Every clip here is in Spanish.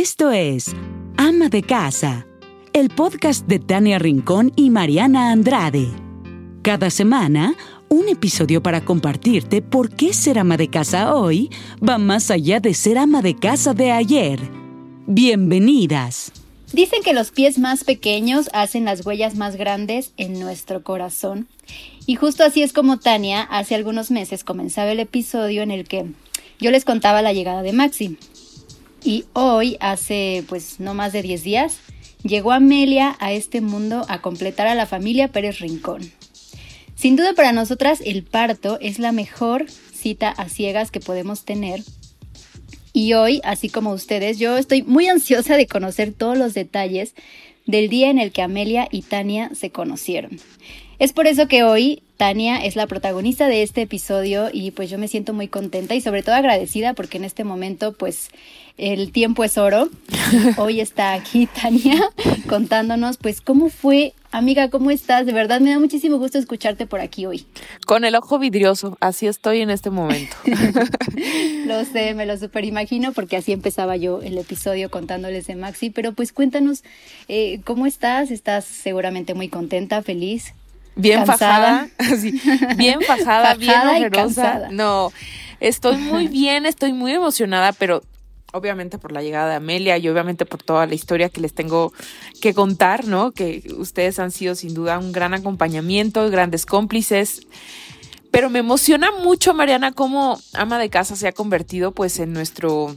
Esto es Ama de Casa, el podcast de Tania Rincón y Mariana Andrade. Cada semana, un episodio para compartirte por qué ser ama de casa hoy va más allá de ser ama de casa de ayer. Bienvenidas. Dicen que los pies más pequeños hacen las huellas más grandes en nuestro corazón. Y justo así es como Tania hace algunos meses comenzaba el episodio en el que yo les contaba la llegada de Maxi. Y hoy, hace no más de 10 días, llegó Amelia a este mundo a completar a la familia Pérez Rincón. Sin duda para nosotras el parto es la mejor cita a ciegas que podemos tener. Y hoy, así como ustedes, yo estoy muy ansiosa de conocer todos los detalles del día en el que Amelia y Tania se conocieron. Es por eso que hoy Tania es la protagonista de este episodio y pues yo me siento muy contenta y sobre todo agradecida porque en este momento pues el tiempo es oro. Hoy está aquí Tania contándonos pues cómo fue. Amiga, ¿cómo estás? De verdad me da muchísimo gusto escucharte por aquí hoy. Con el ojo vidrioso, así estoy en este momento. Lo sé, me lo superimagino porque así empezaba yo el episodio contándoles de Maxi, pero pues cuéntanos, ¿cómo estás? ¿Estás seguramente muy contenta, feliz? Bien ¿Cansada? fajada, sí, bien fajada, bien ojerosa. No, estoy muy bien, estoy muy emocionada, pero obviamente por la llegada de Amelia y obviamente por toda la historia que les tengo que contar, ¿no? Que ustedes han sido sin duda un gran acompañamiento, grandes cómplices. Pero me emociona mucho, Mariana, cómo ama de casa se ha convertido pues en nuestro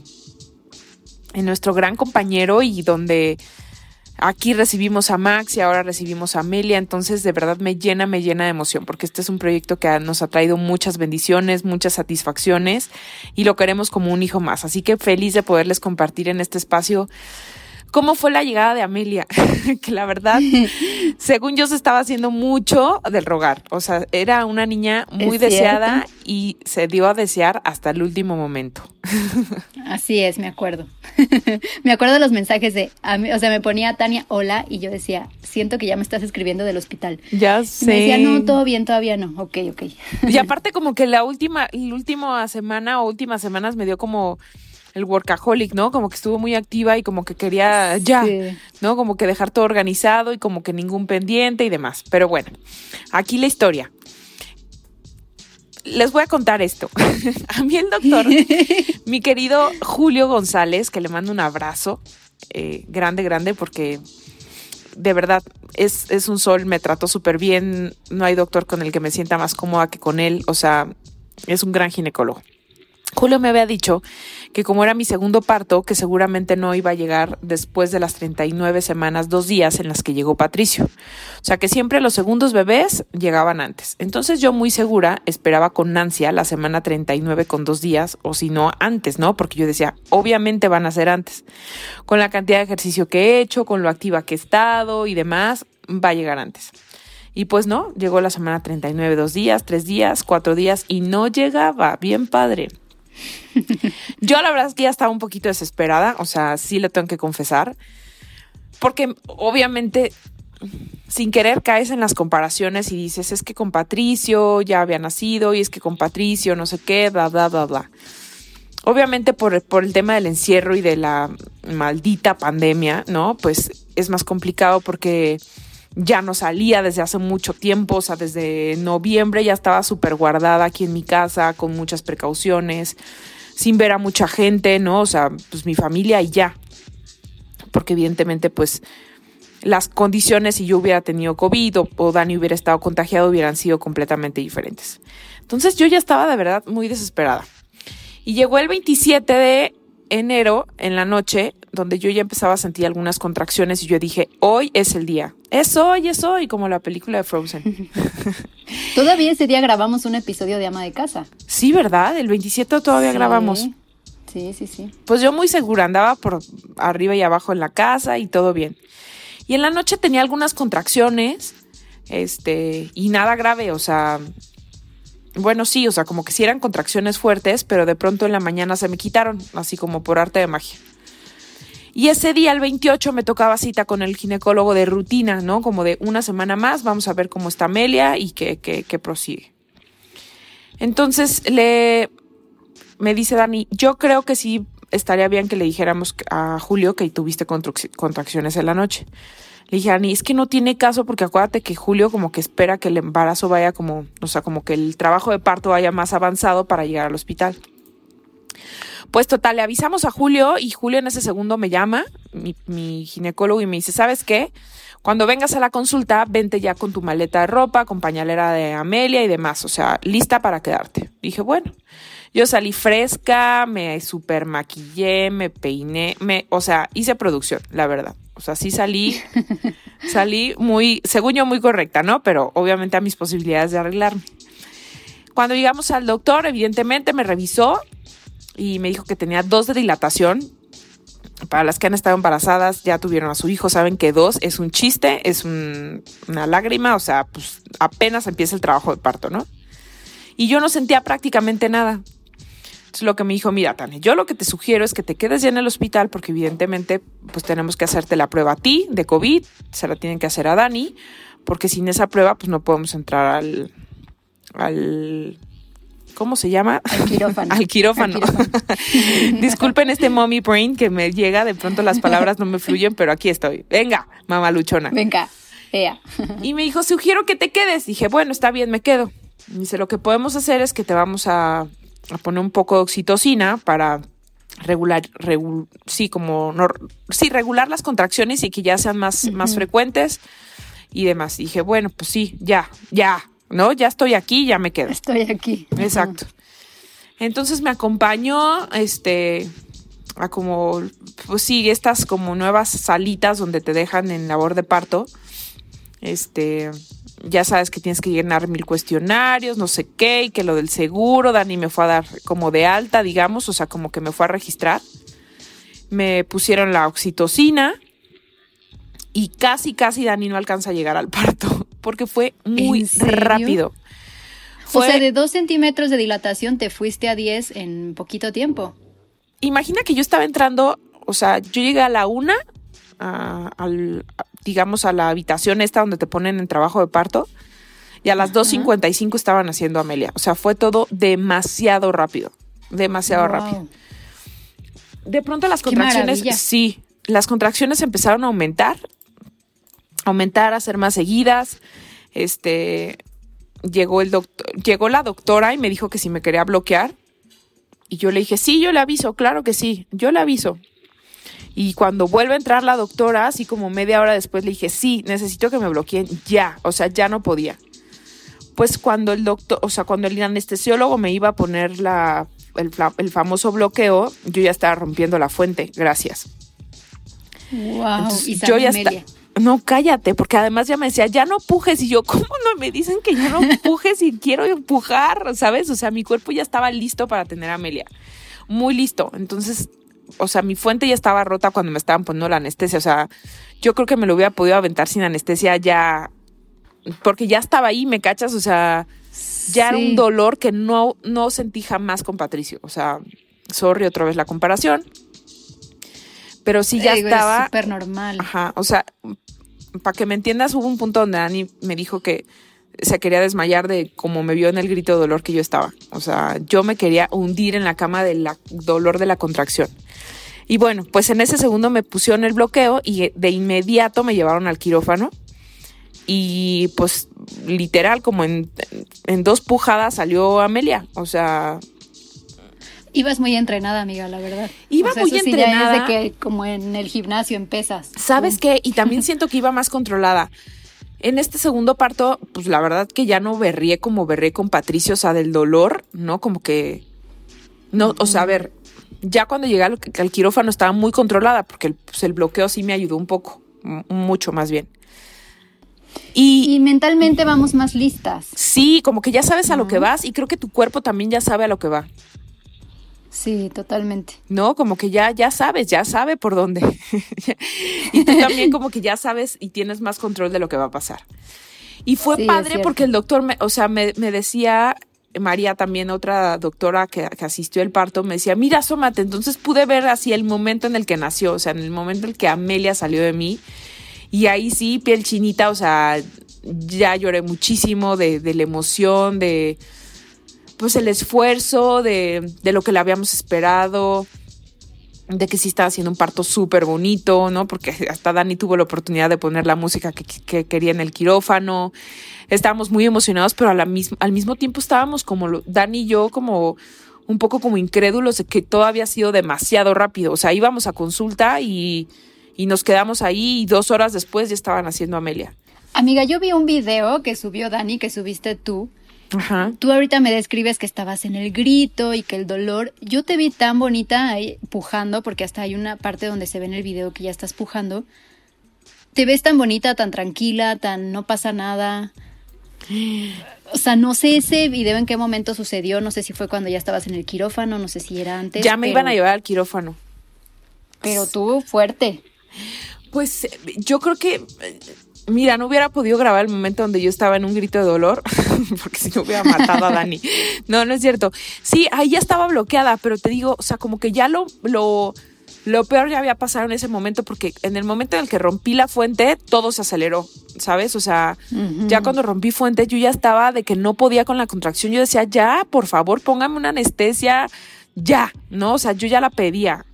gran compañero y donde aquí recibimos a Max y ahora recibimos a Amelia, entonces de verdad me llena de emoción porque este es un proyecto que nos ha traído muchas bendiciones, muchas satisfacciones y lo queremos como un hijo más, así que feliz de poderles compartir en este espacio cómo fue la llegada de Amelia, que la verdad, según yo se estaba haciendo mucho del rogar, o sea, era una niña muy deseada y se dio a desear hasta el último momento. Así es, me acuerdo. Me acuerdo de los mensajes me ponía Tania, hola, y yo decía, siento que ya me estás escribiendo del hospital. Ya sé. Y me decía, no, todo bien, todavía no. Ok. Y aparte como que la últimas semanas me dio como el workaholic, ¿no? Como que estuvo muy activa y como que quería ya, sí, ¿no? Como que dejar todo organizado y como que ningún pendiente y demás. Pero bueno, aquí la historia. Les voy a contar esto. A mí el doctor, mi querido Julio González, que le mando un abrazo grande, porque de verdad es un sol, me trató súper bien. No hay doctor con el que me sienta más cómoda que con él. O sea, es un gran ginecólogo. Julio me había dicho que como era mi segundo parto, que seguramente no iba a llegar después de las 39 semanas, 2 días en las que llegó Patricio. O sea que siempre los segundos bebés llegaban antes. Entonces yo muy segura esperaba con ansia la semana 39 con 2 días, o si no antes, ¿no? Porque yo decía, obviamente van a ser antes. Con la cantidad de ejercicio que he hecho, con lo activa que he estado y demás, va a llegar antes. Y pues no, llegó la semana 39, 2 días, 3 días, 4 días y no llegaba. Bien padre. Yo la verdad es que ya estaba un poquito desesperada, o sea, sí lo tengo que confesar, porque obviamente sin querer caes en las comparaciones y dices, es que con Patricio ya había nacido y es que con Patricio no sé qué, bla, bla, bla, bla. Obviamente por el tema del encierro y de la maldita pandemia, ¿no? Pues es más complicado porque ya no salía desde hace mucho tiempo, o sea, desde noviembre ya estaba súper guardada aquí en mi casa, con muchas precauciones, sin ver a mucha gente, ¿no? O sea, pues mi familia y ya. Porque evidentemente, pues, las condiciones, si yo hubiera tenido COVID o Dani hubiera estado contagiado, hubieran sido completamente diferentes. Entonces yo ya estaba de verdad muy desesperada. Y llegó el 27 de enero en la noche, donde yo ya empezaba a sentir algunas contracciones y yo dije, hoy es el día. Es hoy, como la película de Frozen. Todavía ese día grabamos un episodio de Ama de Casa. Sí, ¿verdad? El 27 todavía grabamos. Sí. Pues yo muy segura, andaba por arriba y abajo en la casa y todo bien. Y en la noche tenía algunas contracciones, y nada grave, o sea, bueno, sí, o sea, como que sí eran contracciones fuertes, pero de pronto en la mañana se me quitaron, así como por arte de magia. Y ese día, el 28, me tocaba cita con el ginecólogo de rutina, ¿no? Como de una semana más, vamos a ver cómo está Amelia y qué prosigue. Entonces me dice Dani, yo creo que sí estaría bien que le dijéramos a Julio que tuviste contracciones en la noche. Le dije, Ani, es que no tiene caso porque acuérdate que Julio como que espera que el embarazo vaya como, o sea, como que el trabajo de parto vaya más avanzado para llegar al hospital. Pues total, le avisamos a Julio y Julio en ese segundo me llama, mi ginecólogo, y me dice, ¿sabes qué? Cuando vengas a la consulta, vente ya con tu maleta de ropa, con pañalera de Amelia y demás, o sea, lista para quedarte. Dije, bueno, yo salí fresca, me super maquillé, me peiné, o sea, hice producción, la verdad. O sea, sí salí muy, según yo, muy correcta, ¿no? Pero obviamente a mis posibilidades de arreglarme. Cuando llegamos al doctor, evidentemente me revisó y me dijo que tenía 2 de dilatación. Para las que han estado embarazadas, ya tuvieron a su hijo, saben que 2 es un chiste, es una lágrima, o sea, pues apenas empieza el trabajo de parto, ¿no? Y yo no sentía prácticamente nada. Entonces lo que me dijo, mira, Tania, yo lo que te sugiero es que te quedes ya en el hospital porque evidentemente pues tenemos que hacerte la prueba a ti de COVID, se la tienen que hacer a Dani, porque sin esa prueba pues no podemos entrar al ¿cómo se llama? Al quirófano. Al quirófano. Disculpen este mommy brain que me llega, de pronto las palabras no me fluyen, pero aquí estoy. Venga, mamaluchona. Venga, ea. Y me dijo, sugiero que te quedes. Dije, bueno, está bien, me quedo. Me dice, lo que podemos hacer es que te vamos a poner un poco de oxitocina para regular las contracciones y que ya sean más frecuentes y demás. Dije, bueno, pues sí, ya, ¿no? Ya estoy aquí, ya me quedo. Estoy aquí. Exacto. Entonces me acompañó, a como, pues sí, estas como nuevas salitas donde te dejan en labor de parto. Ya sabes que tienes que llenar 1000 cuestionarios, no sé qué, y que lo del seguro, Dani me fue a dar como de alta, digamos, o sea, como que me fue a registrar. Me pusieron la oxitocina y casi Dani no alcanza a llegar al parto, porque fue muy rápido. O sea, de 2 centímetros de dilatación te fuiste a 10 en poquito tiempo. Imagina que yo estaba entrando, o sea, yo llegué a la 1, digamos a la habitación esta donde te ponen en trabajo de parto, y a las 2:55 estaban haciendo Amelia. O sea, fue todo demasiado rápido, rápido. De pronto las contracciones, sí, las contracciones empezaron a aumentar, a ser más seguidas. Llegó la doctora y me dijo que si me quería bloquear, y yo le dije, sí, yo le aviso, claro que sí, yo le aviso. Y cuando vuelve a entrar la doctora, así como media hora después, le dije, sí, necesito que me bloqueen ya, o sea, ya no podía. Pues cuando cuando el anestesiólogo me iba a poner el famoso bloqueo, yo ya estaba rompiendo la fuente, gracias. Wow. Entonces, y yo ya no, cállate, porque además ya me decía, ya no pujes, y yo, ¿cómo no me dicen que ya no pujes y quiero empujar? ¿Sabes? O sea, mi cuerpo ya estaba listo para tener a Amelia, muy listo. Entonces, o sea, mi fuente ya estaba rota cuando me estaban poniendo la anestesia. O sea, yo creo que me lo hubiera podido aventar sin anestesia ya, porque ya estaba ahí, ¿me cachas? O sea, ya era un dolor que no sentí jamás con Patricio. O sea, sorry otra vez la comparación, pero sí ya estaba. Es súper normal. Ajá, o sea, para que me entiendas, hubo un punto donde Dani me dijo que se quería desmayar de cómo me vio en el grito de dolor que yo estaba. O sea, yo me quería hundir en la cama del dolor de la contracción. Y bueno, pues en ese segundo me pusieron el bloqueo y de inmediato me llevaron al quirófano. Y pues literal, como en 2 pujadas salió Amelia. O sea, ibas muy entrenada, amiga, la verdad. Iba muy eso entrenada. Sí, ya es de que como en el gimnasio empezas. ¿Sabes qué? Y también siento que iba más controlada. En este segundo parto, pues la verdad que ya no berrié como berré con Patricio, o sea, del dolor, ¿no? Como que, no, o sea, a ver, ya cuando llegué al quirófano estaba muy controlada, porque el bloqueo sí me ayudó un poco, mucho más bien. Y mentalmente vamos más listas. Sí, como que ya sabes a lo que vas, y creo que tu cuerpo también ya sabe a lo que va. Sí, totalmente. No, como que ya sabe por dónde. Y tú también como que ya sabes y tienes más control de lo que va a pasar. Y fue padre porque el doctor me decía, María también, otra doctora que asistió al parto, me decía, mira, asómate. Entonces pude ver así el momento en el que nació, o sea, en el momento en el que Amelia salió de mí. Y ahí sí, piel chinita, o sea, ya lloré muchísimo de la emoción, de pues el esfuerzo, de lo que le habíamos esperado. de que sí estaba haciendo un parto súper bonito, ¿no? Porque hasta Dani tuvo la oportunidad de poner la música que quería en el quirófano. Estábamos muy emocionados, pero al mismo tiempo estábamos como Dani y yo como un poco como incrédulos de que todo había sido demasiado rápido. O sea, íbamos a consulta y nos quedamos ahí y 2 horas después ya estaban haciendo a Amelia. Amiga, yo vi un video que subió Dani, que subiste tú. Ajá. Tú ahorita me describes que estabas en el grito y que el dolor. Yo te vi tan bonita ahí pujando, porque hasta hay una parte donde se ve en el video que ya estás pujando. Te ves tan bonita, tan tranquila, tan no pasa nada. O sea, no sé ese video en qué momento sucedió, no sé si fue cuando ya estabas en el quirófano, no sé si era antes. Ya me iban a llevar al quirófano. Pero tú fuerte. Pues yo creo que, mira, no hubiera podido grabar el momento donde yo estaba en un grito de dolor, porque si no hubiera matado a Dani. No es cierto. Sí, ahí ya estaba bloqueada, pero te digo, o sea, como que ya lo peor ya había pasado en ese momento, porque en el momento en el que rompí la fuente, todo se aceleró, ¿sabes? O sea, ya cuando rompí fuente, yo ya estaba de que no podía con la contracción. Yo decía, ya, por favor, póngame una anestesia, ya, ¿no? O sea, yo ya la pedía.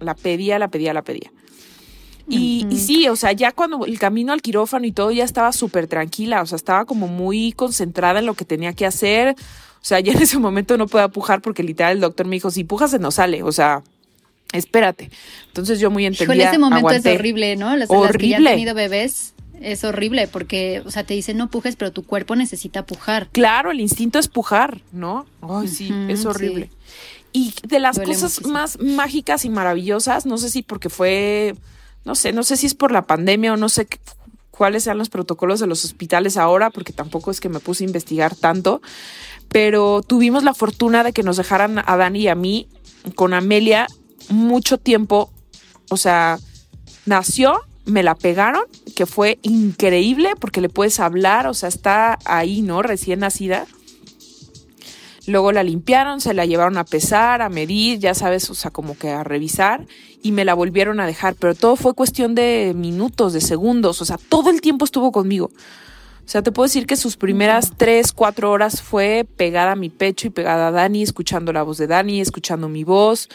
Y sí, o sea, ya cuando el camino al quirófano y todo, ya estaba súper tranquila, o sea, estaba como muy concentrada en lo que tenía que hacer. O sea, ya en ese momento no podía pujar porque literal el doctor me dijo, si pujas se nos sale, o sea, espérate. Entonces yo muy entendida, Híjole, ese momento aguanté. Es horrible, ¿no? Las que ya han tenido bebés, es horrible porque, o sea, te dicen no pujes, pero tu cuerpo necesita pujar. Claro, el instinto es pujar, ¿no? Ay, sí, es horrible. Sí. Y de las Duele cosas muchísimo. más mágicas y maravillosas, no sé si porque fue... No sé si es por la pandemia o no sé cuáles sean los protocolos de los hospitales ahora, porque tampoco es que me puse a investigar tanto, pero tuvimos la fortuna de que nos dejaran a Dani y a mí con Amelia mucho tiempo. O sea, nació, me la pegaron, que fue increíble porque le puedes hablar, o sea, está ahí, ¿no? Recién nacida. Luego la limpiaron, se la llevaron a pesar, a medir, ya sabes, o sea, como que a revisar, y me la volvieron a dejar, pero todo fue cuestión de minutos, de segundos, o sea, todo el tiempo estuvo conmigo. O sea, te puedo decir que sus primeras 3-4 horas fue pegada a mi pecho y pegada a Dani, escuchando la voz de Dani, escuchando mi voz,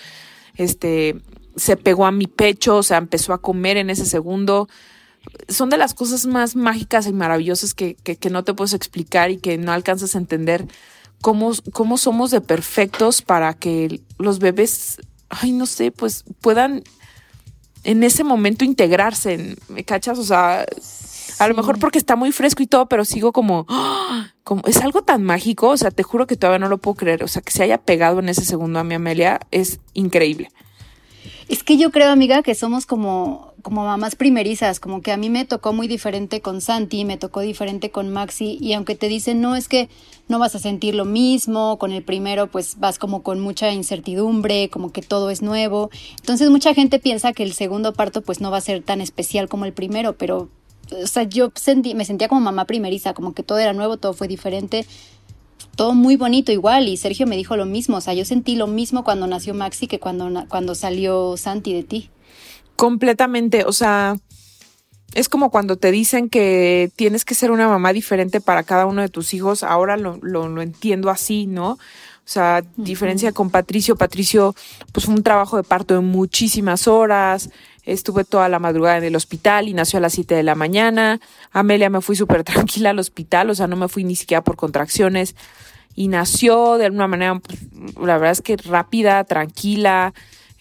se pegó a mi pecho, o sea, empezó a comer en ese segundo. Son de las cosas más mágicas y maravillosas que no te puedes explicar y que no alcanzas a entender. Cómo somos de perfectos para que los bebés, ay, no sé, pues puedan en ese momento integrarse, ¿me cachas? O sea, a lo mejor porque está muy fresco y todo, pero sigo como es algo tan mágico, o sea, te juro que todavía no lo puedo creer, o sea, que se haya pegado en ese segundo a mi Amelia es increíble. Es que yo creo, amiga, que somos como mamás primerizas, como que a mí me tocó muy diferente con Santi, me tocó diferente con Maxi, y aunque te dicen, no, es que no vas a sentir lo mismo, con el primero pues vas como con mucha incertidumbre, como que todo es nuevo. Entonces mucha gente piensa que el segundo parto pues no va a ser tan especial como el primero, pero, o sea, yo me sentía como mamá primeriza, como que todo era nuevo, todo fue diferente. Todo muy bonito igual, y Sergio me dijo lo mismo, o sea, yo sentí lo mismo cuando nació Maxi que cuando salió Santi de ti. Completamente, o sea, es como cuando te dicen que tienes que ser una mamá diferente para cada uno de tus hijos, ahora lo entiendo así, ¿no? O sea, diferencia con Patricio, pues fue un trabajo de parto de muchísimas horas, estuve toda la madrugada en el hospital y nació a las 7 de la mañana. Amelia me fui súper tranquila al hospital, o sea, no me fui ni siquiera por contracciones. Y nació de alguna manera, pues, la verdad es que rápida, tranquila,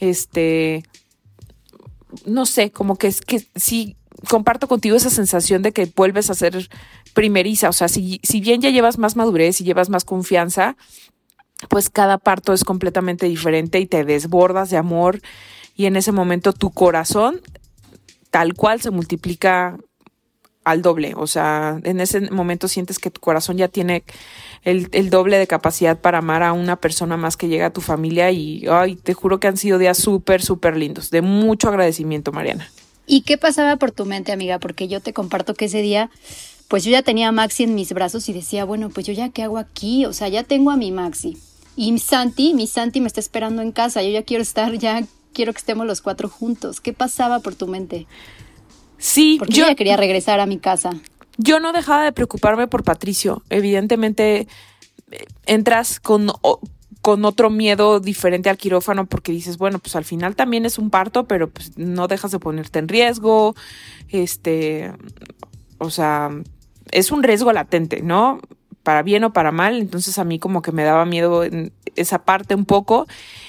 no sé, como que es que sí, comparto contigo esa sensación de que vuelves a ser primeriza. O sea, si bien ya llevas más madurez y llevas más confianza, pues cada parto es completamente diferente y te desbordas de amor. Y en ese momento tu corazón tal cual se multiplica al doble. O sea, en ese momento sientes que tu corazón ya tiene el doble de capacidad para amar a una persona más que llega a tu familia. Y ay, te juro que han sido días súper, súper lindos. De mucho agradecimiento, Mariana. ¿Y qué pasaba por tu mente, amiga? Porque yo te comparto que ese día, pues yo ya tenía a Maxi en mis brazos y decía, bueno, pues yo ya qué hago aquí. O sea, ya tengo a mi Maxi. Y mi Santi me está esperando en casa. Yo ya quiero que estemos los 4 juntos. ¿Qué pasaba por tu mente? Sí, porque yo ya quería regresar a mi casa. Yo no dejaba de preocuparme por Patricio. Evidentemente, entras con con otro miedo diferente al quirófano, porque dices, bueno, pues al final también es un parto, pero pues no dejas de ponerte en riesgo, o sea, es un riesgo latente, ¿no? Para bien o para mal. Entonces a mí como que me daba miedo en esa parte un poco,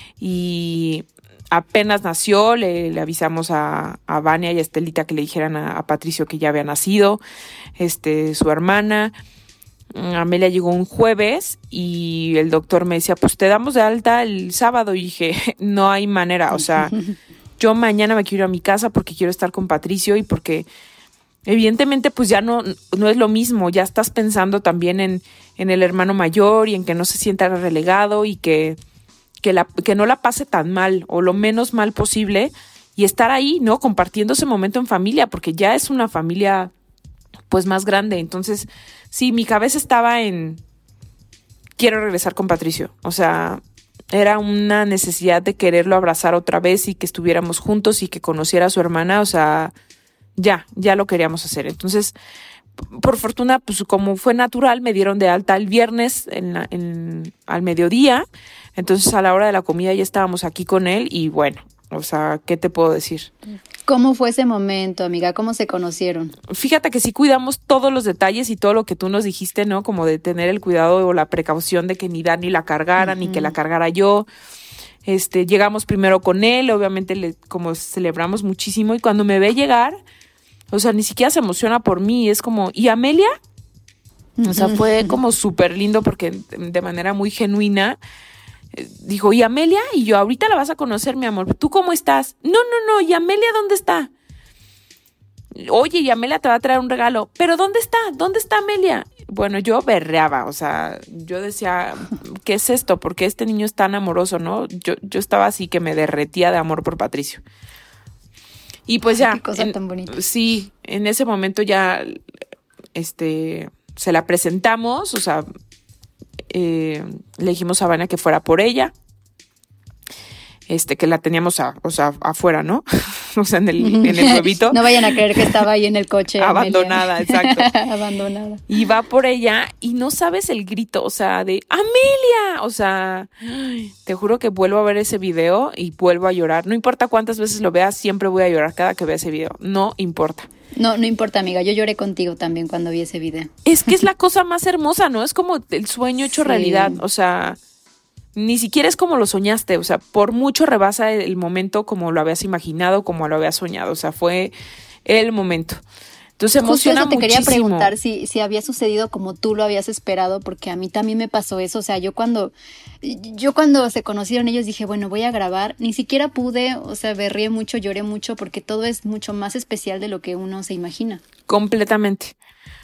y apenas nació, le avisamos a Vania y a Estelita que le dijeran a Patricio que ya había nacido, su hermana. Amelia llegó un jueves y el doctor me decía, pues te damos de alta el sábado. Y dije, no hay manera, o sea, yo mañana me quiero ir a mi casa porque quiero estar con Patricio y porque evidentemente pues ya no es lo mismo, ya estás pensando también en el hermano mayor y en que no se sienta relegado y que no la pase tan mal o lo menos mal posible, y estar ahí, ¿no? Compartiendo ese momento en familia, porque ya es una familia pues más grande. Entonces, sí, mi cabeza estaba en quiero regresar con Patricio. O sea, era una necesidad de quererlo abrazar otra vez y que estuviéramos juntos y que conociera a su hermana. O sea, ya lo queríamos hacer. Entonces, por fortuna, pues como fue natural, me dieron de alta el viernes al mediodía. Entonces, a la hora de la comida ya estábamos aquí con él y bueno, o sea, ¿qué te puedo decir? ¿Cómo fue ese momento, amiga? ¿Cómo se conocieron? Fíjate que sí cuidamos todos los detalles y todo lo que tú nos dijiste, ¿no? Como de tener el cuidado o la precaución de que ni Dani la cargara, ni que la cargara yo. Llegamos primero con él, obviamente como celebramos muchísimo, y cuando me ve llegar, o sea, ni siquiera se emociona por mí, es como, ¿y Amelia? O sea, fue como súper lindo porque de manera muy genuina dijo, ¿y Amelia? Y yo, ahorita la vas a conocer, mi amor. ¿Tú cómo estás? No, ¿y Amelia dónde está? Oye, y Amelia te va a traer un regalo. ¿Pero dónde está? ¿Dónde está Amelia? Bueno, yo berreaba, o sea, yo decía, ¿qué es esto? ¿Por qué este niño es tan amoroso, no? Yo estaba así que me derretía de amor por Patricio. Y pues ya. Qué cosa tan bonita. Sí, en ese momento ya, se la presentamos, o sea, le dijimos a Vania que fuera por ella, que la teníamos afuera, ¿no? O sea, en el huevito. No vayan a creer que estaba ahí en el coche. Abandonada, exacto. Abandonada. Y va por ella y no sabes el grito, o sea, de ¡Amelia! O sea, te juro que vuelvo a ver ese video y vuelvo a llorar. No importa cuántas veces lo veas, siempre voy a llorar cada que vea ese video. No importa. No importa, amiga. Yo lloré contigo también cuando vi ese video. Es que es la cosa más hermosa, ¿no? Es como el sueño hecho realidad. O sea, ni siquiera es como lo soñaste. O sea, por mucho rebasa el momento como lo habías imaginado, como lo habías soñado. O sea, fue el momento. Entonces emociona justo eso te muchísimo. Quería preguntar si había sucedido como tú lo habías esperado, porque a mí también me pasó eso. O sea, yo cuando se conocieron ellos dije, bueno, voy a grabar. Ni siquiera pude, o sea, berrié mucho, lloré mucho, porque todo es mucho más especial de lo que uno se imagina. Completamente.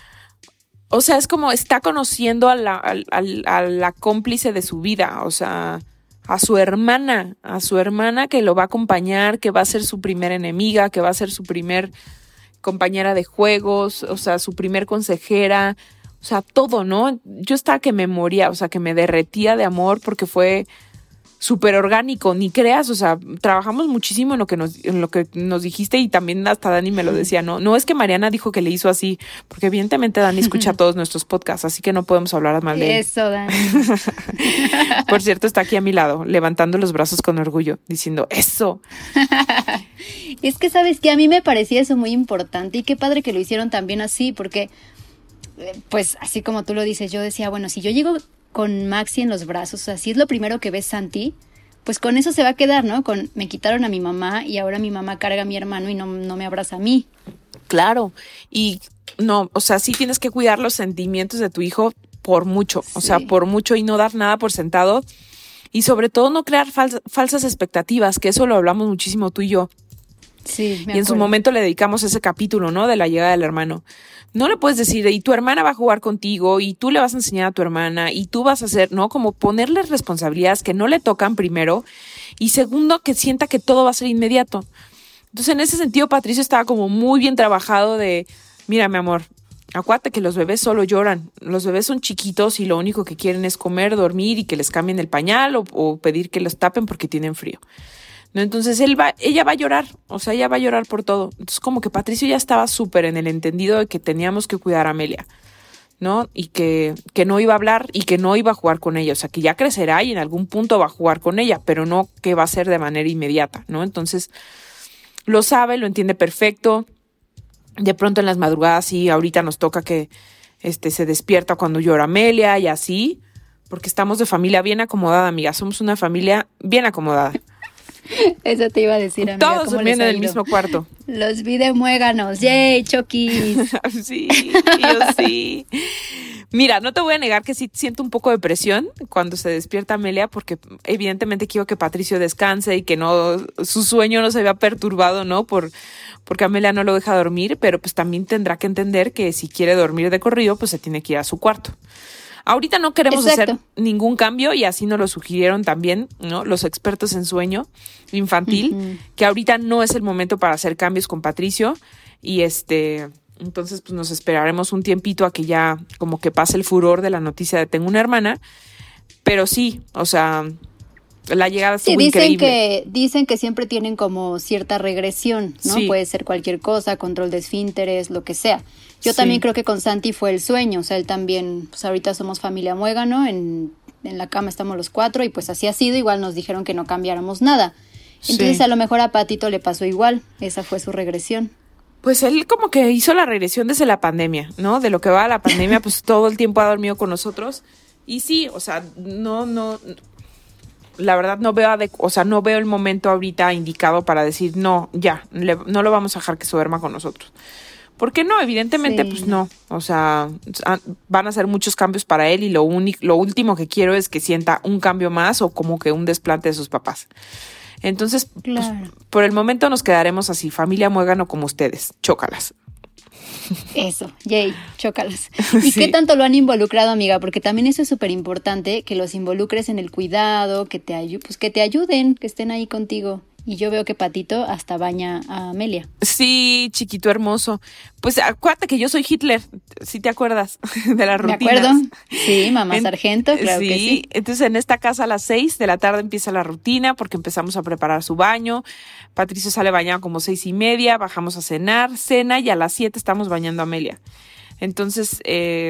O sea, es como está conociendo a la cómplice de su vida, o sea, a su hermana que lo va a acompañar, que va a ser su primera enemiga, que va a ser su primer compañera de juegos, o sea, su primer consejera, o sea, todo, ¿no? Yo estaba que me moría, o sea, que me derretía de amor porque fue súper orgánico, ni creas, o sea, trabajamos muchísimo en lo que nos dijiste, y también hasta Dani me lo decía, no es que Mariana dijo que le hizo así, porque evidentemente Dani escucha todos nuestros podcasts, así que no podemos hablar mal de él. Eso, Dani. Por cierto, está aquí a mi lado, levantando los brazos con orgullo, diciendo, ¡eso! Es que, ¿sabes qué? A mí me parecía eso muy importante, y qué padre que lo hicieron también así, porque, pues, así como tú lo dices, yo decía, bueno, si yo llego con Maxi en los brazos, o sea, si es lo primero que ves Santi, pues con eso se va a quedar, ¿no? Me quitaron a mi mamá y ahora mi mamá carga a mi hermano y no me abraza a mí. Claro, y no, o sea, sí tienes que cuidar los sentimientos de tu hijo por mucho, o sea, por mucho, y no dar nada por sentado, y sobre todo no crear falsas expectativas, que eso lo hablamos muchísimo tú y yo. Sí, me acuerdo. Y en su momento le dedicamos ese capítulo, ¿no? De la llegada del hermano. No le puedes decir, y tu hermana va a jugar contigo, y tú le vas a enseñar a tu hermana, y tú vas a hacer, ¿no? Como ponerle responsabilidades que no le tocan primero, y segundo, que sienta que todo va a ser inmediato. Entonces, en ese sentido, Patricio estaba como muy bien trabajado de, mira, mi amor, acuérdate que los bebés solo lloran. Los bebés son chiquitos y lo único que quieren es comer, dormir y que les cambien el pañal o pedir que los tapen porque tienen frío. ¿No? Entonces ella va a llorar, o sea, ella va a llorar por todo. Entonces como que Patricio ya estaba súper en el entendido de que teníamos que cuidar a Amelia, ¿no? Y que no iba a hablar y que no iba a jugar con ella. O sea, que ya crecerá y en algún punto va a jugar con ella, pero no que va a ser de manera inmediata, ¿no? Entonces, lo sabe, lo entiende perfecto. De pronto en las madrugadas sí, ahorita nos toca que se despierta cuando llora Amelia y así, porque estamos de familia bien acomodada, amiga. Somos una familia bien acomodada. Eso te iba a decir, amiga. Todos durmiendo en el mismo cuarto. Los vi de muéganos. ¡Yay, Chokis! Sí, yo sí. Mira, no te voy a negar que sí siento un poco de presión cuando se despierta Amelia, porque evidentemente quiero que Patricio descanse y que no su sueño no se vea perturbado, ¿no? Porque Amelia no lo deja dormir, pero pues también tendrá que entender que si quiere dormir de corrido, pues se tiene que ir a su cuarto. Ahorita no queremos hacer ningún cambio y así nos lo sugirieron también, ¿no? Los expertos en sueño infantil, que ahorita no es el momento para hacer cambios con Patricio y entonces pues nos esperaremos un tiempito a que ya como que pase el furor de la noticia de tengo una hermana, pero sí, o sea, la llegada estuvo increíble. Dicen que siempre tienen como cierta regresión, ¿no? Sí. Puede ser cualquier cosa, control de esfínteres, lo que sea. Yo también creo que con Santi fue el sueño, o sea, él también, pues ahorita somos familia muégano, en la cama estamos los 4 y pues así ha sido, igual nos dijeron que no cambiáramos nada. Entonces a lo mejor a Patito le pasó igual, esa fue su regresión. Pues él como que hizo la regresión desde la pandemia, ¿no? De lo que va a la pandemia, pues todo el tiempo ha dormido con nosotros. Y sí, o sea, no, la verdad no veo el momento ahorita indicado para decir, no, ya, no lo vamos a dejar que se duerma con nosotros. ¿Por qué no? Evidentemente, pues no. O sea, van a ser muchos cambios para él y lo último que quiero es que sienta un cambio más o como que un desplante de sus papás. Entonces, claro, pues, por el momento nos quedaremos así, familia muégano como ustedes, chócalas. Eso, yay, chócalas. ¿Y qué tanto lo han involucrado, amiga? Porque también eso es súper importante, que los involucres en el cuidado, que te ayuden, que estén ahí contigo. Y yo veo que Patito hasta baña a Amelia. Sí, chiquito hermoso. Pues acuérdate que yo soy Hitler, si te acuerdas de las rutinas. Me acuerdo. Sí, mamá sargento, claro que sí. Entonces en esta casa a las 6 de la tarde empieza la rutina porque empezamos a preparar su baño. Patricio sale bañado como 6:30, bajamos a cenar, cena y a las 7 estamos bañando a Amelia. Entonces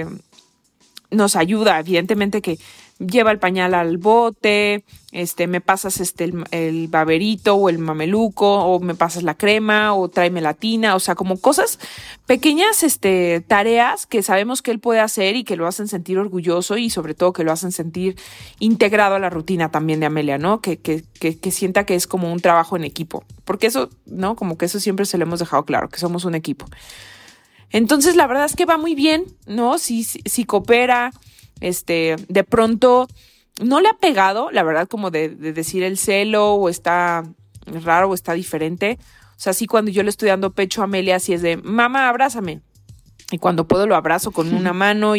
nos ayuda, evidentemente que lleva el pañal al bote, me pasas el baberito o el mameluco, o me pasas la crema, o tráeme la tina, o sea, como cosas pequeñas, tareas que sabemos que él puede hacer y que lo hacen sentir orgulloso y sobre todo que lo hacen sentir integrado a la rutina también de Amelia, ¿no? Que sienta que es como un trabajo en equipo, porque eso, ¿no? Como que eso siempre se lo hemos dejado claro, que somos un equipo. Entonces, la verdad es que va muy bien, ¿no? Sí coopera. De pronto no le ha pegado, la verdad, como de decir el celo o está raro o está diferente. O sea, sí, cuando yo le estoy dando pecho a Amelia, así es de, mamá, abrázame. Y cuando puedo lo abrazo con una mano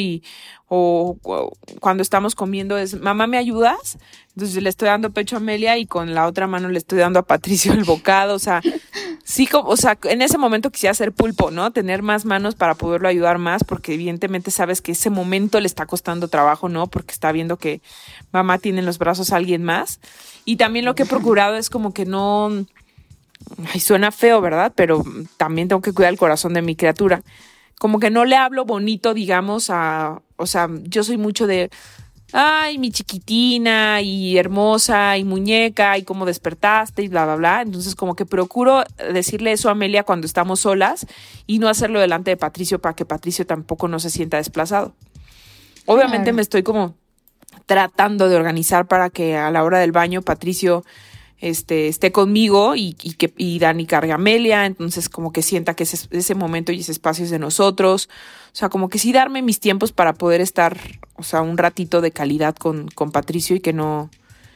o cuando estamos comiendo es, mamá, ¿me ayudas? Entonces le estoy dando pecho a Amelia y con la otra mano le estoy dando a Patricio el bocado, o sea, sí, o sea, en ese momento quisiera ser pulpo, ¿no? Tener más manos para poderlo ayudar más, porque evidentemente sabes que ese momento le está costando trabajo, ¿no? Porque está viendo que mamá tiene en los brazos a alguien más. Y también lo que he procurado es como que no, ay, suena feo, ¿verdad? Pero también tengo que cuidar el corazón de mi criatura. Como que no le hablo bonito, digamos, o sea, yo soy mucho de, ay, mi chiquitina y hermosa y muñeca y cómo despertaste y bla, bla, bla. Entonces como que procuro decirle eso a Amelia cuando estamos solas y no hacerlo delante de Patricio para que Patricio tampoco no se sienta desplazado. Obviamente claro, me estoy como tratando de organizar para que a la hora del baño Patricio esté conmigo y Dani cargue a Amelia, entonces como que sienta que ese momento y ese espacio es de nosotros, o sea, como que sí darme mis tiempos para poder estar, o sea, un ratito de calidad con Patricio y que no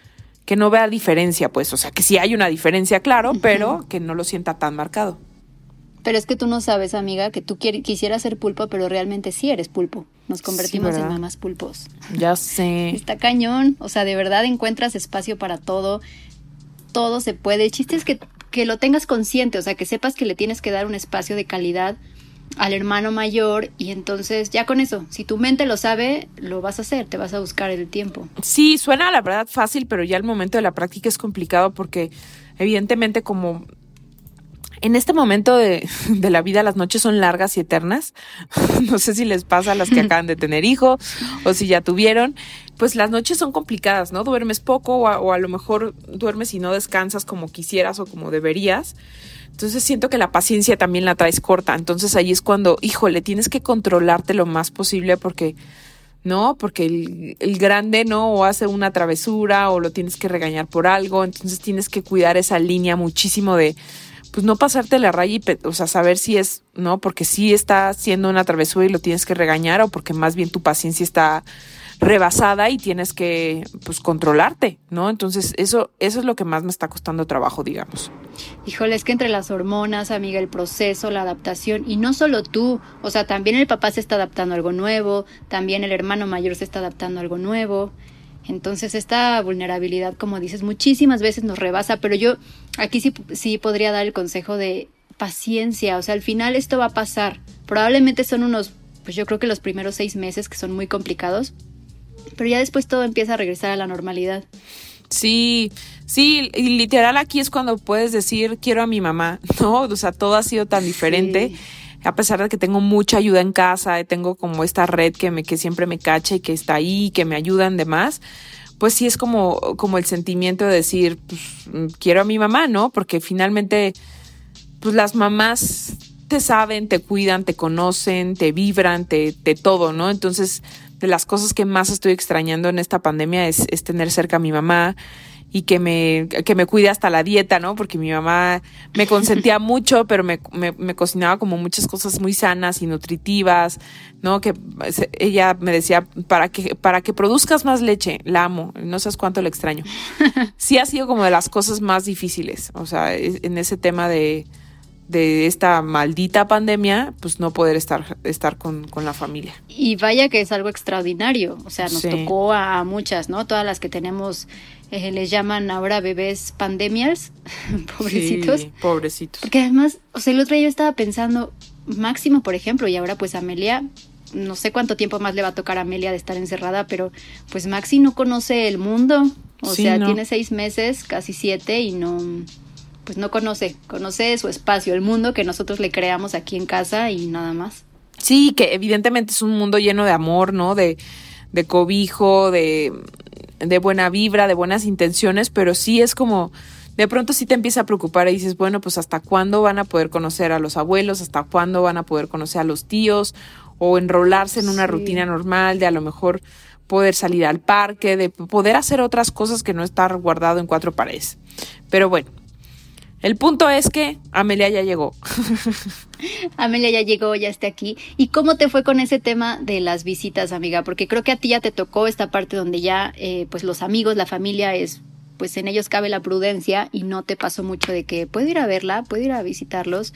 vea diferencia, pues, o sea, que sí hay una diferencia, claro, pero que no lo sienta tan marcado. Pero es que tú no sabes, amiga, que tú quisieras ser pulpo, pero realmente sí eres pulpo. Nos convertimos en mamás pulpos. Ya sé. Está cañón, o sea, de verdad encuentras espacio para todo se puede. El chiste es que lo tengas consciente, o sea, que sepas que le tienes que dar un espacio de calidad al hermano mayor y entonces ya con eso, si tu mente lo sabe, lo vas a hacer, te vas a buscar el tiempo. Sí, suena la verdad fácil, pero ya el momento de la práctica es complicado porque evidentemente como En este momento de la vida las noches son largas y eternas. No sé si les pasa a las que acaban de tener hijo o si ya tuvieron. Pues las noches son complicadas, ¿no? Duermes poco o a lo mejor duermes y no descansas como quisieras o como deberías. Entonces siento que la paciencia también la traes corta. Entonces ahí es cuando, híjole, tienes que controlarte lo más posible porque el grande, ¿no? O hace una travesura o lo tienes que regañar por algo. Entonces tienes que cuidar esa línea muchísimo de pues no pasarte la raya y, o sea, saber si es, ¿no? Porque sí está haciendo una travesura y lo tienes que regañar o porque más bien tu paciencia está rebasada y tienes que, pues, controlarte, ¿no? Entonces, eso es lo que más me está costando trabajo, digamos. Híjole, es que entre las hormonas, amiga, el proceso, la adaptación, y no solo tú, o sea, también el papá se está adaptando a algo nuevo, también el hermano mayor se está adaptando a algo nuevo. Entonces esta vulnerabilidad, como dices, muchísimas veces nos rebasa, pero yo aquí sí podría dar el consejo de paciencia, o sea, al final esto va a pasar. Probablemente son pues yo creo que los primeros 6 meses que son muy complicados, pero ya después todo empieza a regresar a la normalidad. Sí, y literal aquí es cuando puedes decir quiero a mi mamá, ¿no? O sea, todo ha sido tan diferente. Sí. A pesar de que tengo mucha ayuda en casa, tengo como esta red que siempre me cacha y que está ahí, que me ayudan demás, pues sí es como el sentimiento de decir, pues quiero a mi mamá, ¿no? Porque finalmente, pues las mamás te saben, te cuidan, te conocen, te vibran, te todo, ¿no? Entonces, de las cosas que más estoy extrañando en esta pandemia es tener cerca a mi mamá y que me cuide hasta la dieta, ¿no? Porque mi mamá me consentía mucho, pero me cocinaba como muchas cosas muy sanas y nutritivas, ¿no? Que ella me decía, para que produzcas más leche, la amo, no sabes cuánto la extraño. Sí ha sido como de las cosas más difíciles, o sea, en ese tema de esta maldita pandemia, pues no poder estar con la familia. Y vaya que es algo extraordinario, o sea, nos tocó a muchas, ¿no? Todas las que tenemos, les llaman ahora bebés pandemias, pobrecitos. Sí, pobrecitos. Porque además, o sea, el otro día yo estaba pensando, Máximo, por ejemplo, y ahora pues Amelia, no sé cuánto tiempo más le va a tocar a Amelia de estar encerrada, pero pues Maxi no conoce el mundo, tiene 6 meses, casi 7 y no conoce su espacio, el mundo que nosotros le creamos aquí en casa y nada más. Sí, que evidentemente es un mundo lleno de amor, ¿no? De cobijo, de buena vibra, de buenas intenciones, pero sí es como, de pronto sí te empieza a preocupar y dices, bueno, pues ¿hasta cuándo van a poder conocer a los abuelos? ¿Hasta cuándo van a poder conocer a los tíos? O enrolarse en una rutina normal de a lo mejor poder salir al parque, de poder hacer otras cosas que no estar guardado en 4 paredes. Pero bueno, el punto es que Amelia ya llegó. Amelia ya llegó, ya está aquí. ¿Y cómo te fue con ese tema de las visitas, amiga? Porque creo que a ti ya te tocó esta parte donde ya, pues los amigos, la familia pues en ellos cabe la prudencia y no te pasó mucho de que puedo ir a verla, puedo ir a visitarlos.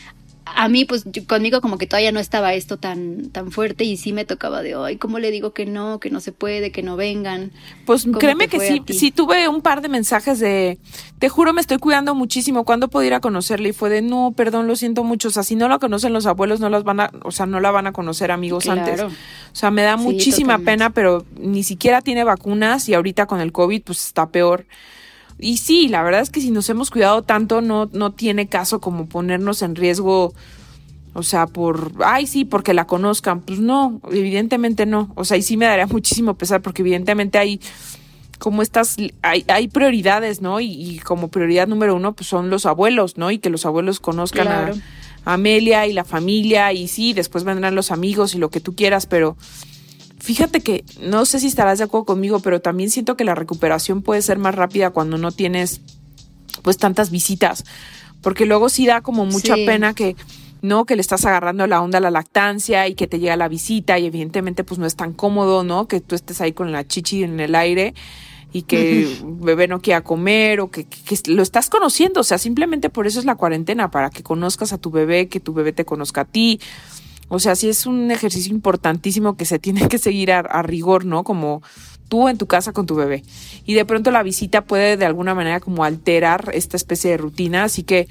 A mí, pues conmigo como que todavía no estaba esto tan fuerte y sí me tocaba de, ay, ¿cómo le digo que no se puede, que no vengan? Pues créeme que sí tuve un par de mensajes de, te juro me estoy cuidando muchísimo, ¿cuándo puedo ir a conocerla? Y fue de, no, perdón, lo siento mucho, o sea, si no la conocen los abuelos, no la van a conocer amigos antes. O sea, me da muchísima pena, pero ni siquiera tiene vacunas y ahorita con el COVID, pues está peor. Y sí, la verdad es que si nos hemos cuidado tanto, no tiene caso como ponernos en riesgo, o sea, porque la conozcan. Pues no, evidentemente no. O sea, y sí me daría muchísimo pesar porque evidentemente hay como hay prioridades, ¿no? Y como prioridad número 1, pues son los abuelos, ¿no? Y que los abuelos conozcan a Amelia y la familia y sí, después vendrán los amigos y lo que tú quieras, pero fíjate que no sé si estarás de acuerdo conmigo, pero también siento que la recuperación puede ser más rápida cuando no tienes pues tantas visitas, porque luego sí da como mucha pena que le estás agarrando la onda a la lactancia y que te llega la visita y evidentemente pues no es tan cómodo, ¿no? Que tú estés ahí con la chichi en el aire y que bebé no quiera comer o que lo estás conociendo, o sea, simplemente por eso es la cuarentena, para que conozcas a tu bebé, que tu bebé te conozca a ti. O sea, sí es un ejercicio importantísimo que se tiene que seguir a rigor, ¿no? Como tú en tu casa con tu bebé. Y de pronto la visita puede de alguna manera como alterar esta especie de rutina. Así que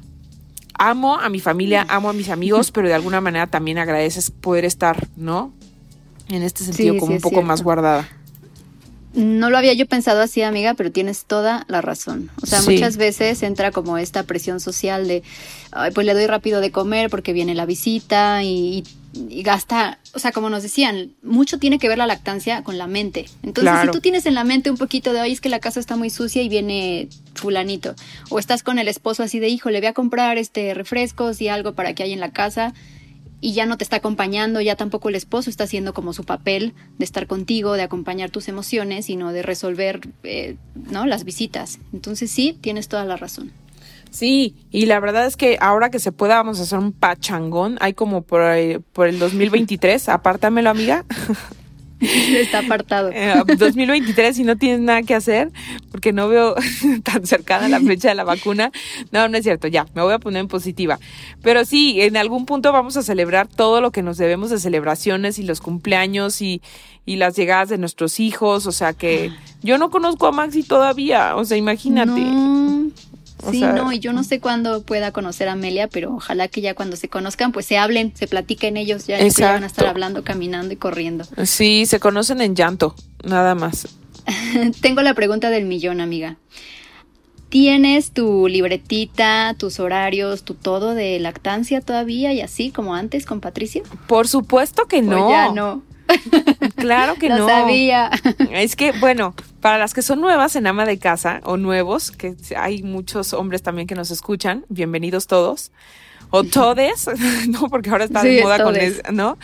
amo a mi familia, amo a mis amigos, pero de alguna manera también agradeces poder estar, ¿no? En este sentido, como un poco más guardada. No lo había yo pensado así, amiga, pero tienes toda la razón. O sea, Sí. muchas veces entra como esta presión social de, ay, pues le doy rápido de comer porque viene la visita y gasta, o sea, como nos decían, mucho tiene que ver la lactancia con la mente. Entonces, Claro. si tú tienes en la mente un poquito de, oye, es que la casa está muy sucia y viene fulanito, o estás con el esposo así de, hijo, le voy a comprar refrescos y algo para que haya en la casa, y ya no te está acompañando, ya tampoco el esposo está haciendo como su papel de estar contigo, de acompañar tus emociones, sino de resolver, ¿no?, las visitas. Entonces sí, tienes toda la razón. Sí, y la verdad es que ahora que se pueda vamos a hacer un pachangón, hay como por el 2023, apártamelo, amiga. Está apartado. 2023 si no tienes nada que hacer, porque no veo tan cercana la fecha de la vacuna. No, no es cierto, ya, me voy a poner en positiva. Pero sí, en algún punto vamos a celebrar todo lo que nos debemos de celebraciones y los cumpleaños y las llegadas de nuestros hijos. O sea que yo no conozco a Maxi todavía, o sea, imagínate. No. Sí, O sea, no, y yo no sé cuándo pueda conocer a Amelia, pero ojalá que ya cuando se conozcan, pues se hablen, se platiquen ellos, ya van a estar hablando, caminando y corriendo. Sí, se conocen en llanto, nada más. Tengo la pregunta del millón, amiga. ¿Tienes tu libretita, tus horarios, tu todo de lactancia todavía y así como antes con Patricio? Por supuesto que no. ¿O ya no? Claro que Lo no. sabía. Es que, bueno, para las que son nuevas en ama de casa o nuevos, que hay muchos hombres también que nos escuchan, bienvenidos todos, o todes, ¿no? Porque ahora está de moda con eso, ¿no?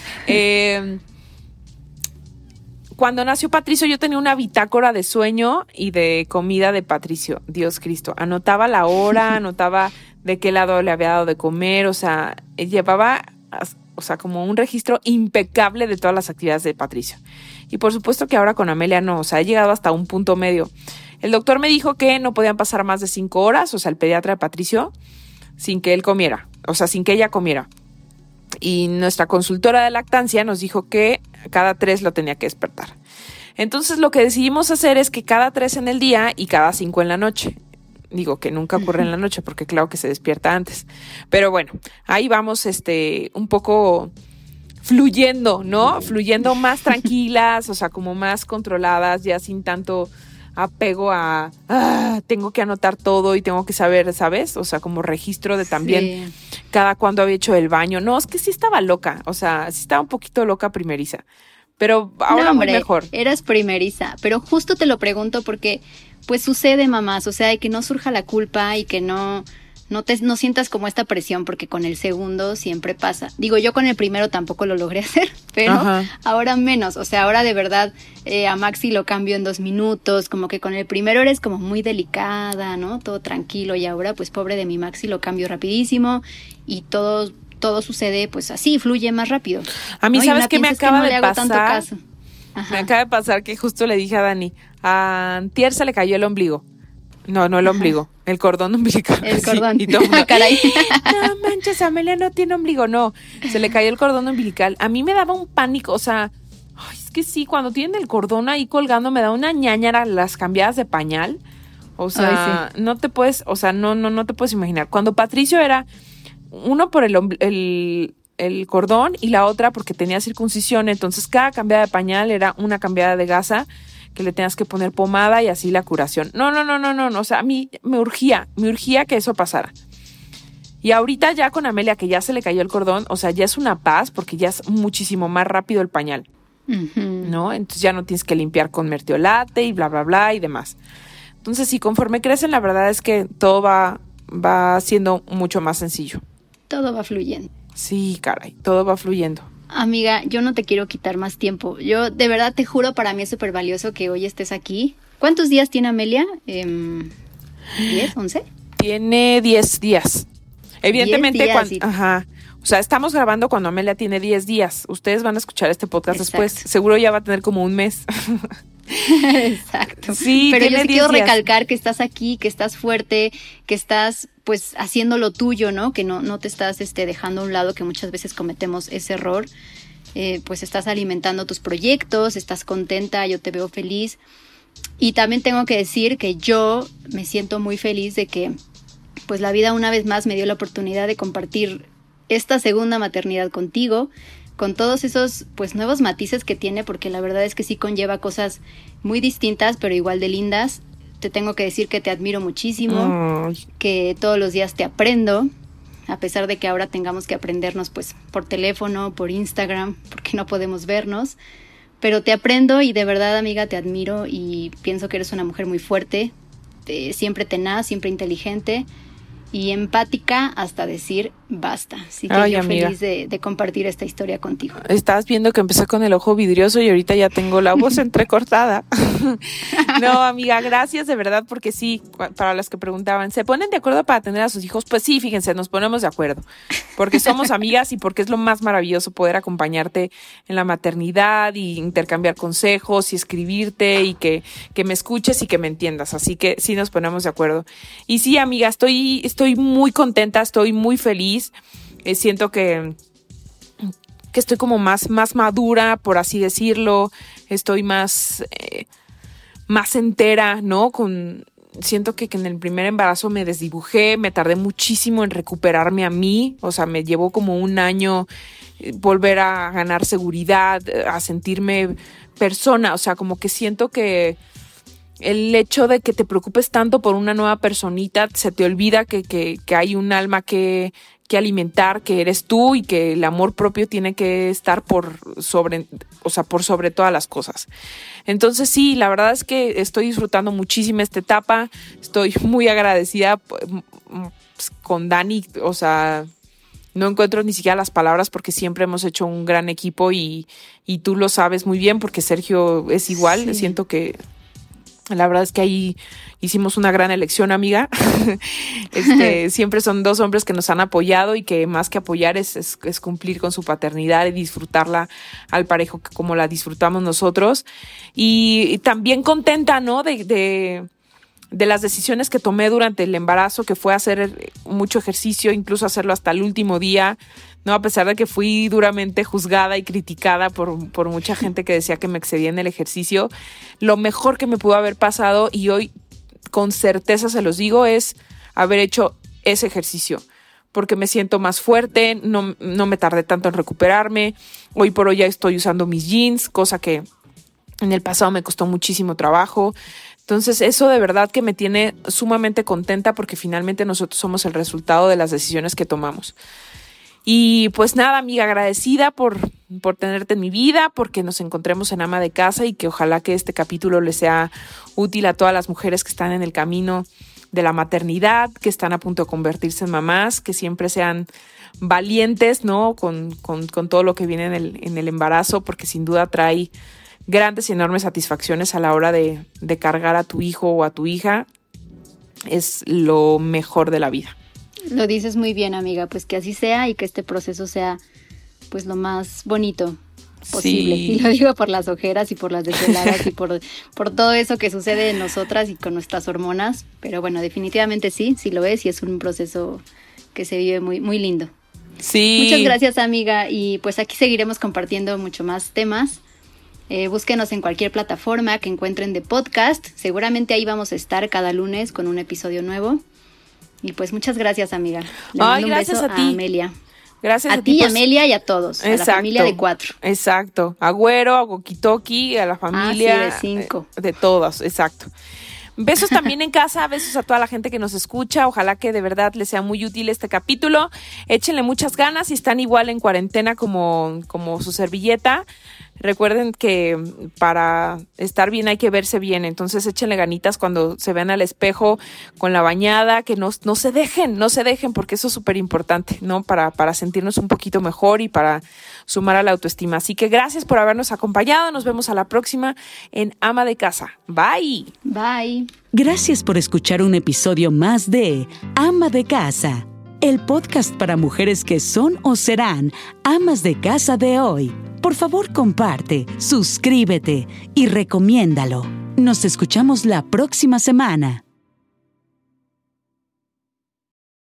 Cuando nació Patricio yo tenía una bitácora de sueño y de comida de Patricio, Dios Cristo. Anotaba la hora, anotaba de qué lado le había dado de comer, o sea, llevaba... O sea, como un registro impecable de todas las actividades de Patricio. Y por supuesto que ahora con Amelia no, o sea, he llegado hasta un punto medio. El doctor me dijo que no podían pasar más de 5 horas, o sea, el pediatra de Patricio, sin que él comiera, o sea, sin que ella comiera. Y nuestra consultora de lactancia nos dijo que cada 3 lo tenía que despertar. Entonces lo que decidimos hacer es que cada 3 en el día y cada 5 en la noche. Digo que nunca ocurre en la noche porque claro que se despierta antes. Pero bueno, ahí vamos un poco fluyendo, ¿no? Fluyendo más tranquilas, o sea, como más controladas, ya sin tanto apego a tengo que anotar todo y tengo que saber, ¿sabes? O sea, como registro de también cada cuándo había hecho el baño. No, es que sí estaba loca, o sea, sí estaba un poquito loca primeriza. Pero ahora no, hombre, muy mejor. Eras primeriza, pero justo te lo pregunto porque pues sucede, mamás, o sea, de que no surja la culpa y que no sientas como esta presión, porque con el segundo siempre pasa. Digo, yo con el primero tampoco lo logré hacer, pero ahora menos, o sea, ahora de verdad a Maxi lo cambio en 2 minutos, como que con el primero eres como muy delicada, ¿no? Todo tranquilo, y ahora pues pobre de mi Maxi lo cambio rapidísimo y todo sucede pues así, fluye más rápido. A mí, ¿no? ¿Sabes qué me acaba de pasar? Tanto caso. Me acaba de pasar que justo le dije a Dani, a antier se le cayó el ombligo. No el ombligo, el cordón umbilical. El cordón. Y todo mundo, caray. No manches, Amelia no tiene ombligo, no. Se le cayó el cordón umbilical. A mí me daba un pánico, o sea, es que sí, cuando tienen el cordón ahí colgando me da una ñañara las cambiadas de pañal. O sea, no te puedes, o sea, no te puedes imaginar. Cuando Patricio era uno por el cordón y la otra porque tenía circuncisión, entonces cada cambiada de pañal era una cambiada de gasa que le tenías que poner pomada y así la curación. No, o sea, a mí me urgía que eso pasara. Y ahorita ya con Amelia, que ya se le cayó el cordón, o sea, ya es una paz porque ya es muchísimo más rápido el pañal, ¿no? Entonces ya no tienes que limpiar con mertiolate y bla, bla, bla y demás. Entonces, sí, conforme crecen, la verdad es que todo va siendo mucho más sencillo. Todo va fluyendo. Sí, caray, todo va fluyendo. Amiga, yo no te quiero quitar más tiempo. Yo, de verdad, te juro, para mí es súper valioso que hoy estés aquí. ¿Cuántos días tiene Amelia? ¿10? ¿11? Tiene 10 días. Evidentemente, 10 días, o sea, estamos grabando cuando Amelia tiene 10 días. Ustedes van a escuchar este podcast después. Seguro ya va a tener como un mes. Exacto. Sí, pero yo sí quiero recalcar que estás aquí, que estás fuerte, que estás pues haciendo lo tuyo, ¿no? Que no te estás dejando a un lado, que muchas veces cometemos ese error. Pues estás alimentando tus proyectos, estás contenta, yo te veo feliz. Y también tengo que decir que yo me siento muy feliz de que pues la vida una vez más me dio la oportunidad de compartir esta segunda maternidad contigo, con todos esos pues nuevos matices que tiene, porque la verdad es que sí conlleva cosas muy distintas, pero igual de lindas. Te tengo que decir que te admiro muchísimo, que todos los días te aprendo, a pesar de que ahora tengamos que aprendernos pues por teléfono, por Instagram, porque no podemos vernos. Pero te aprendo y de verdad, amiga, te admiro y pienso que eres una mujer muy fuerte, siempre tenaz, siempre inteligente y empática hasta decir basta. Así que Ay, yo amiga, feliz de compartir esta historia contigo. Estás viendo que empecé con el ojo vidrioso y ahorita ya tengo la voz entrecortada. No, amiga, gracias de verdad, porque sí, para las que preguntaban, ¿se ponen de acuerdo para tener a sus hijos? Pues sí, fíjense, nos ponemos de acuerdo, porque somos amigas y porque es lo más maravilloso poder acompañarte en la maternidad y intercambiar consejos y escribirte y que me escuches y que me entiendas. Así que sí nos ponemos de acuerdo. Y sí, amiga, estoy muy contenta, estoy muy feliz. Siento que estoy como más madura, por así decirlo. Estoy más entera, ¿no? Siento que en el primer embarazo me desdibujé, me tardé muchísimo en recuperarme a mí. O sea, me llevó como un año volver a ganar seguridad, a sentirme persona. O sea, como que siento que el hecho de que te preocupes tanto por una nueva personita, se te olvida que hay un alma que alimentar, que eres tú y que el amor propio tiene que estar por sobre todas las cosas. Entonces sí, la verdad es que estoy disfrutando muchísimo esta etapa, estoy muy agradecida con Dani, o sea, no encuentro ni siquiera las palabras porque siempre hemos hecho un gran equipo y tú lo sabes muy bien porque Sergio es igual. Sí. Siento que la verdad es que ahí hicimos una gran elección, amiga. Siempre son dos hombres que nos han apoyado y que más que apoyar es cumplir con su paternidad y disfrutarla al parejo como la disfrutamos nosotros. Y también contenta, ¿no? De las decisiones que tomé durante el embarazo, que fue hacer mucho ejercicio, incluso hacerlo hasta el último día, ¿no? A pesar de que fui duramente juzgada y criticada por mucha gente que decía que me excedía en el ejercicio, lo mejor que me pudo haber pasado, y hoy con certeza se los digo, es haber hecho ese ejercicio, porque me siento más fuerte, no me tardé tanto en recuperarme. Hoy por hoy ya estoy usando mis jeans, cosa que en el pasado me costó muchísimo trabajo. Entonces eso de verdad que me tiene sumamente contenta, porque finalmente nosotros somos el resultado de las decisiones que tomamos. Y pues nada, amiga, agradecida por tenerte en mi vida, porque nos encontremos en Ama de Casa y que ojalá que este capítulo les sea útil a todas las mujeres que están en el camino de la maternidad, que están a punto de convertirse en mamás, que siempre sean valientes, ¿no? Con todo lo que viene en el embarazo, porque sin duda trae grandes y enormes satisfacciones a la hora de cargar a tu hijo o a tu hija. Es lo mejor de la vida. Lo dices muy bien, amiga, pues que así sea y que este proceso sea pues lo más bonito posible. Sí. Y lo digo por las ojeras y por las desveladas y por todo eso que sucede en nosotras y con nuestras hormonas, pero bueno, definitivamente sí lo es y es un proceso que se vive muy, muy lindo. Sí. Muchas gracias, amiga, y pues aquí seguiremos compartiendo mucho más temas. Búsquenos en cualquier plataforma que encuentren de podcast, seguramente ahí vamos a estar cada lunes con un episodio nuevo. Y pues muchas gracias, amiga. Le mando un beso a Amelia. Gracias a ti, pues, Amelia, y a todos. Exacto, a la familia de 4. Exacto. A Güero, a Gokitoki, a la familia. Sí, de 5. De todas, exacto. Besos también en casa, besos a toda la gente que nos escucha. Ojalá que de verdad les sea muy útil este capítulo. Échenle muchas ganas si están igual en cuarentena como su servilleta. Recuerden que para estar bien hay que verse bien, entonces échenle ganitas cuando se vean al espejo con la bañada, que no se dejen, porque eso es súper importante, ¿no? Para sentirnos un poquito mejor y para sumar a la autoestima. Así que gracias por habernos acompañado, nos vemos a la próxima en Ama de Casa. Bye. Bye. Gracias por escuchar un episodio más de Ama de Casa, el podcast para mujeres que son o serán amas de casa de hoy. Por favor, comparte, suscríbete y recomiéndalo. Nos escuchamos la próxima semana.